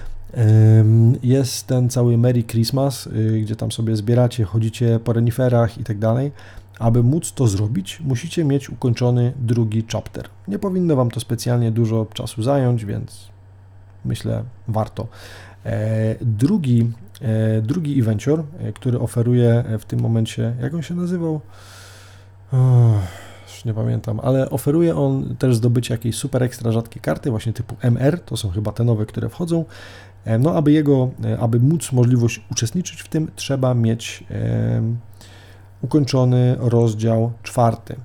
jest ten cały Merry Christmas, gdzie tam sobie zbieracie, chodzicie po reniferach i tak dalej. Aby móc to zrobić, musicie mieć ukończony drugi chapter. Nie powinno Wam to specjalnie dużo czasu zająć, więc myślę, warto. Drugi, drugi evencior, który oferuje w tym momencie, jak on się nazywał? Już nie pamiętam, ale oferuje on też zdobycie jakiejś super ekstra rzadkiej karty, właśnie typu M R, to są chyba te nowe, które wchodzą. No, aby jego, aby móc możliwość uczestniczyć w tym, trzeba mieć e, ukończony rozdział czwarty.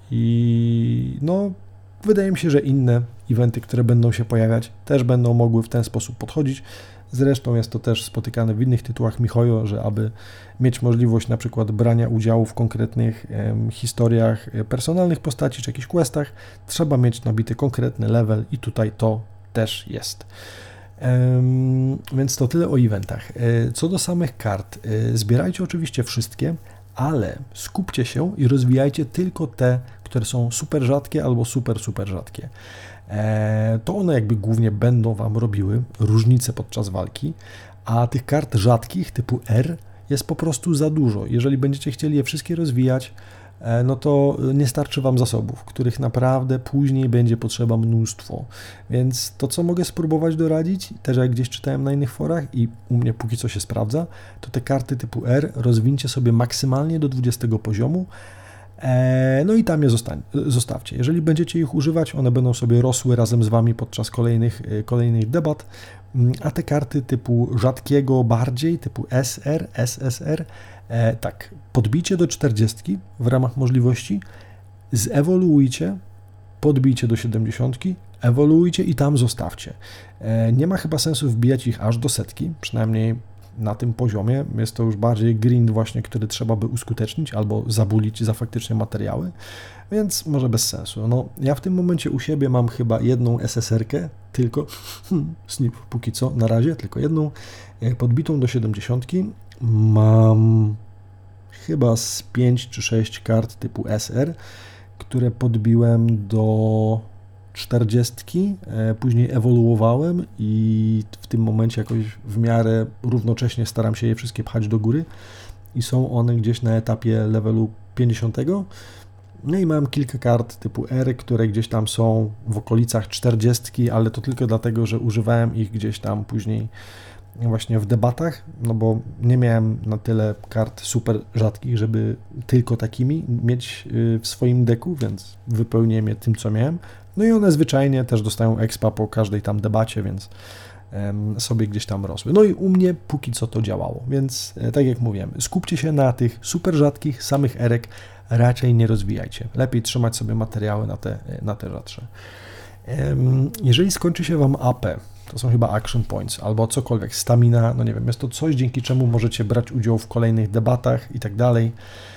I no, wydaje mi się, że inne eventy, które będą się pojawiać, też będą mogły w ten sposób podchodzić. Zresztą jest to też spotykane w innych tytułach MiHoYo, że aby mieć możliwość na przykład brania udziału w konkretnych e, historiach personalnych postaci czy jakichś questach, trzeba mieć nabity konkretny level i tutaj to też jest. Um, więc to tyle o eventach. Co do samych kart, zbierajcie oczywiście wszystkie, ale skupcie się i rozwijajcie tylko te, które są super rzadkie albo super, super rzadkie. E, to one jakby głównie będą Wam robiły różnice podczas walki, a tych kart rzadkich typu R jest po prostu za dużo. Jeżeli będziecie chcieli je wszystkie rozwijać, no to nie starczy Wam zasobów, których naprawdę później będzie potrzeba mnóstwo. Więc to, co mogę spróbować doradzić, też jak gdzieś czytałem na innych forach i u mnie póki co się sprawdza, to te karty typu R rozwincie sobie maksymalnie do dwudziestego poziomu, no i tam je zostań, zostawcie. Jeżeli będziecie ich używać, one będą sobie rosły razem z Wami podczas kolejnych, kolejnych debat, a te karty typu rzadkiego bardziej, typu S R, S S R, E, tak, podbicie do czterdziestki w ramach możliwości, zewoluujcie, podbijcie do siedemdziesiątki, ewoluujcie i tam zostawcie. E, nie ma chyba sensu wbijać ich aż do setki, przynajmniej na tym poziomie. Jest to już bardziej grind właśnie, który trzeba by uskutecznić albo zabulić za faktycznie materiały, więc może bez sensu. No, ja w tym momencie u siebie mam chyba jedną S S R-kę, tylko, hmm, snip póki co, na razie, tylko jedną, podbitą do siedemdziesiątki. Mam chyba z pięć czy sześć kart typu S R, które podbiłem do czterdziestki, później ewoluowałem i w tym momencie jakoś w miarę równocześnie staram się je wszystkie pchać do góry i są one gdzieś na etapie levelu pięćdziesiątego. No i mam kilka kart typu R, które gdzieś tam są w okolicach czterdziestki, ale to tylko dlatego, że używałem ich gdzieś tam później właśnie w debatach, no bo nie miałem na tyle kart super rzadkich, żeby tylko takimi mieć w swoim deku, więc wypełniłem je tym, co miałem. No i one zwyczajnie też dostają expa po każdej tam debacie, więc sobie gdzieś tam rosły. No i u mnie póki co to działało, więc tak jak mówiłem, skupcie się na tych super rzadkich, samych erek, raczej nie rozwijajcie. Lepiej trzymać sobie materiały na te, na te rzadsze. Jeżeli skończy się Wam A P, to są chyba action points albo cokolwiek, stamina, no nie wiem, jest to coś, dzięki czemu możecie brać udział w kolejnych debatach i tak dalej.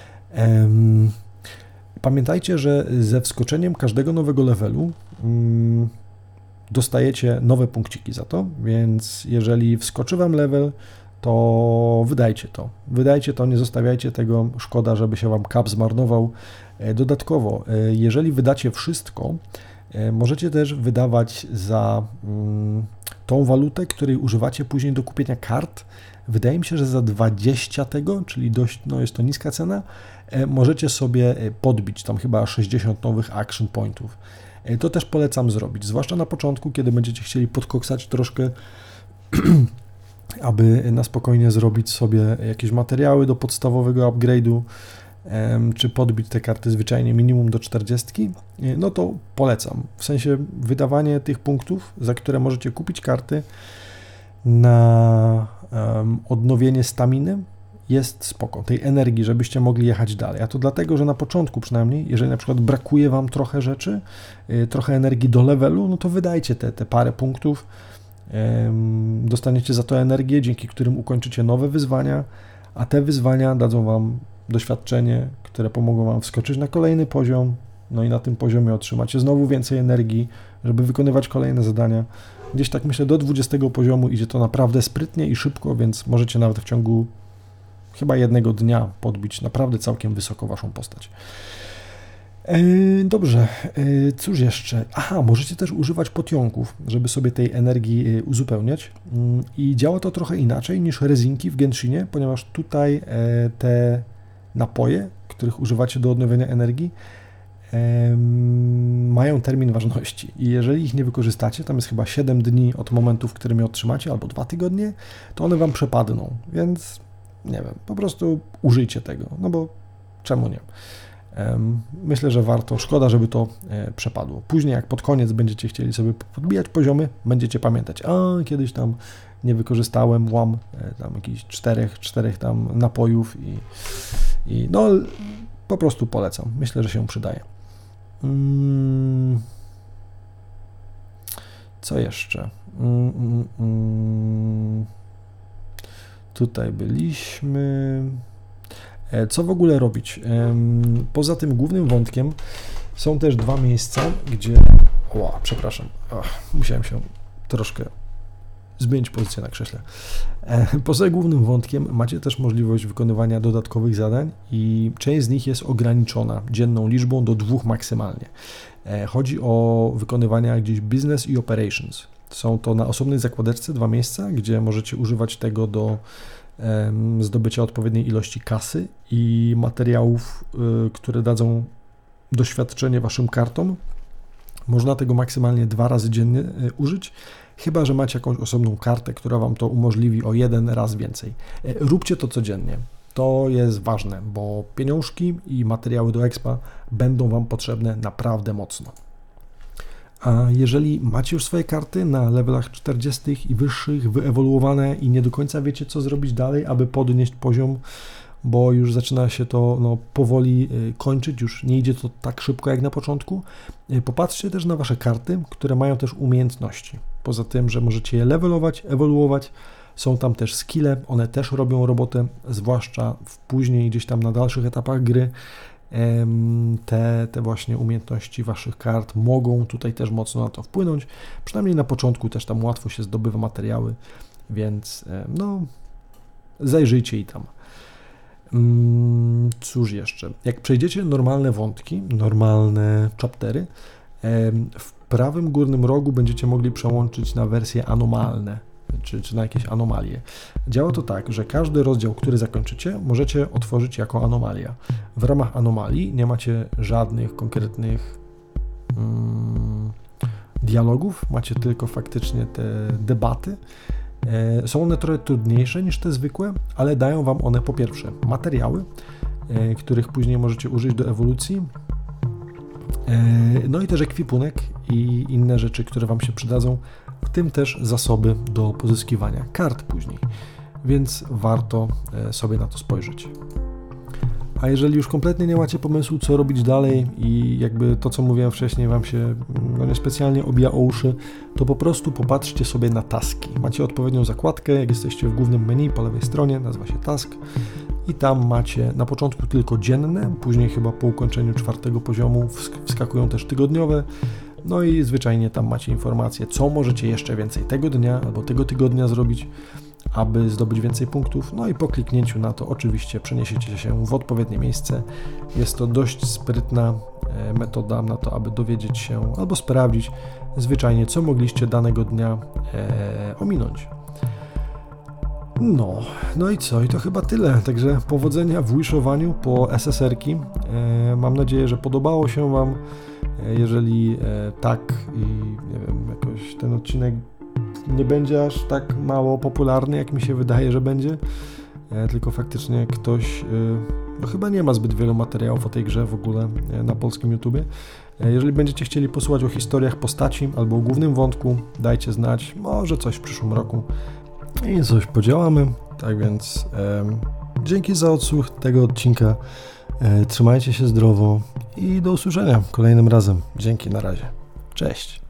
Pamiętajcie, że ze wskoczeniem każdego nowego levelu um, dostajecie nowe punkciki za to, więc jeżeli wskoczy Wam level, to wydajcie to. Wydajcie to, nie zostawiajcie tego, szkoda, żeby się Wam cap zmarnował. Dodatkowo, jeżeli wydacie wszystko, możecie też wydawać za um, tą walutę, której używacie później do kupienia kart, Wydaje mi się, że za dwadzieścia tego, czyli dość, no jest to niska cena, możecie sobie podbić tam chyba sześćdziesiąt nowych action pointów. To też polecam zrobić, zwłaszcza na początku, kiedy będziecie chcieli podkoksać troszkę, aby na spokojnie zrobić sobie jakieś materiały do podstawowego upgrade'u, czy podbić te karty zwyczajnie minimum do czterdziestki, no to polecam. W sensie wydawanie tych punktów, za które możecie kupić karty na um, odnowienie staminy, jest spoko, tej energii, żebyście mogli jechać dalej. A to dlatego, że na początku przynajmniej, jeżeli na przykład brakuje Wam trochę rzeczy, yy, trochę energii do levelu, no to wydajcie te, te parę punktów, yy, dostaniecie za to energię, dzięki którym ukończycie nowe wyzwania, a te wyzwania dadzą Wam doświadczenie, które pomogą Wam wskoczyć na kolejny poziom, no i na tym poziomie otrzymacie znowu więcej energii, żeby wykonywać kolejne zadania. Gdzieś tak myślę, do dwudziestego poziomu idzie to naprawdę sprytnie i szybko, więc możecie nawet w ciągu chyba jednego dnia podbić naprawdę całkiem wysoko Waszą postać. Yy, dobrze, yy, cóż jeszcze? Aha, możecie też używać potionków, żeby sobie tej energii yy, uzupełniać. Yy, I działa to trochę inaczej niż rezinki w Genshinie, ponieważ tutaj yy, te napoje, których używacie do odnowienia energii, yy, mają termin ważności. I jeżeli ich nie wykorzystacie, tam jest chyba siedem dni od momentu, w którym je otrzymacie, albo dwa tygodnie, to one Wam przepadną, więc nie wiem, po prostu użyjcie tego, no bo czemu nie? Myślę, że warto, szkoda, żeby to przepadło. Później, jak pod koniec będziecie chcieli sobie podbijać poziomy, będziecie pamiętać, a kiedyś tam nie wykorzystałem, łam tam jakichś czterech, czterech tam napojów i, i no po prostu polecam. Myślę, że się przydaje. Co jeszcze? Tutaj byliśmy. Co w ogóle robić? Poza tym głównym wątkiem są też dwa miejsca, gdzie... O, przepraszam, Ach, musiałem się troszkę zmienić pozycję na krześle. Poza głównym wątkiem macie też możliwość wykonywania dodatkowych zadań i część z nich jest ograniczona dzienną liczbą do dwóch maksymalnie. Chodzi o wykonywania gdzieś business i operations. Są to na osobnej zakładeczce dwa miejsca, gdzie możecie używać tego do zdobycia odpowiedniej ilości kasy i materiałów, które dadzą doświadczenie Waszym kartom. Można tego maksymalnie dwa razy dziennie użyć, chyba że macie jakąś osobną kartę, która Wam to umożliwi o jeden raz więcej. Róbcie to codziennie. To jest ważne, bo pieniążki i materiały do expa będą Wam potrzebne naprawdę mocno. A jeżeli macie już swoje karty na levelach czterdziestych i wyższych, wyewoluowane i nie do końca wiecie, co zrobić dalej, aby podnieść poziom, bo już zaczyna się to no, powoli kończyć, już nie idzie to tak szybko jak na początku, popatrzcie też na Wasze karty, które mają też umiejętności. Poza tym, że możecie je levelować, ewoluować, są tam też skille, one też robią robotę, zwłaszcza w później gdzieś tam na dalszych etapach gry. Te, te właśnie umiejętności Waszych kart mogą tutaj też mocno na to wpłynąć. Przynajmniej na początku też tam łatwo się zdobywa materiały, więc no zajrzyjcie i tam. Cóż jeszcze? Jak przejdziecie normalne wątki, normalne chaptery, w prawym górnym rogu będziecie mogli przełączyć na wersje anomalne, czy, czy na jakieś anomalie. Działa to tak, że każdy rozdział, który zakończycie, możecie otworzyć jako anomalia. W ramach anomalii nie macie żadnych konkretnych mm, dialogów, macie tylko faktycznie te debaty. E, są one trochę trudniejsze niż te zwykłe, ale dają Wam one po pierwsze materiały, e, których później możecie użyć do ewolucji, e, no i też ekwipunek i inne rzeczy, które Wam się przydadzą, w tym też zasoby do pozyskiwania kart później, więc warto sobie na to spojrzeć. A jeżeli już kompletnie nie macie pomysłu, co robić dalej i jakby to, co mówiłem wcześniej, Wam się no, niespecjalnie obija o uszy, to po prostu popatrzcie sobie na taski. Macie odpowiednią zakładkę, jak jesteście w głównym menu po lewej stronie, nazywa się task i tam macie na początku tylko dzienne, później chyba po ukończeniu czwartego poziomu wskakują też tygodniowe. No i zwyczajnie tam macie informacje, co możecie jeszcze więcej tego dnia albo tego tygodnia zrobić, aby zdobyć więcej punktów. No i po kliknięciu na to oczywiście przeniesiecie się w odpowiednie miejsce. Jest to dość sprytna metoda na to, aby dowiedzieć się albo sprawdzić zwyczajnie, co mogliście danego dnia e, ominąć. No, no i co? I to chyba tyle. Także powodzenia w wishowaniu po S S R-ki. E, mam nadzieję, że podobało się Wam. E, jeżeli e, tak i nie wiem, jakoś ten odcinek nie będzie aż tak mało popularny, jak mi się wydaje, że będzie, e, tylko faktycznie ktoś, e, no chyba nie ma zbyt wielu materiałów o tej grze w ogóle e, na polskim YouTubie. E, jeżeli będziecie chcieli posłuchać o historiach postaci albo o głównym wątku, dajcie znać, może coś w przyszłym roku i coś podziałamy. Tak więc e, dzięki za odsłuch tego odcinka, e, trzymajcie się zdrowo i do usłyszenia kolejnym razem. Dzięki, na razie. Cześć.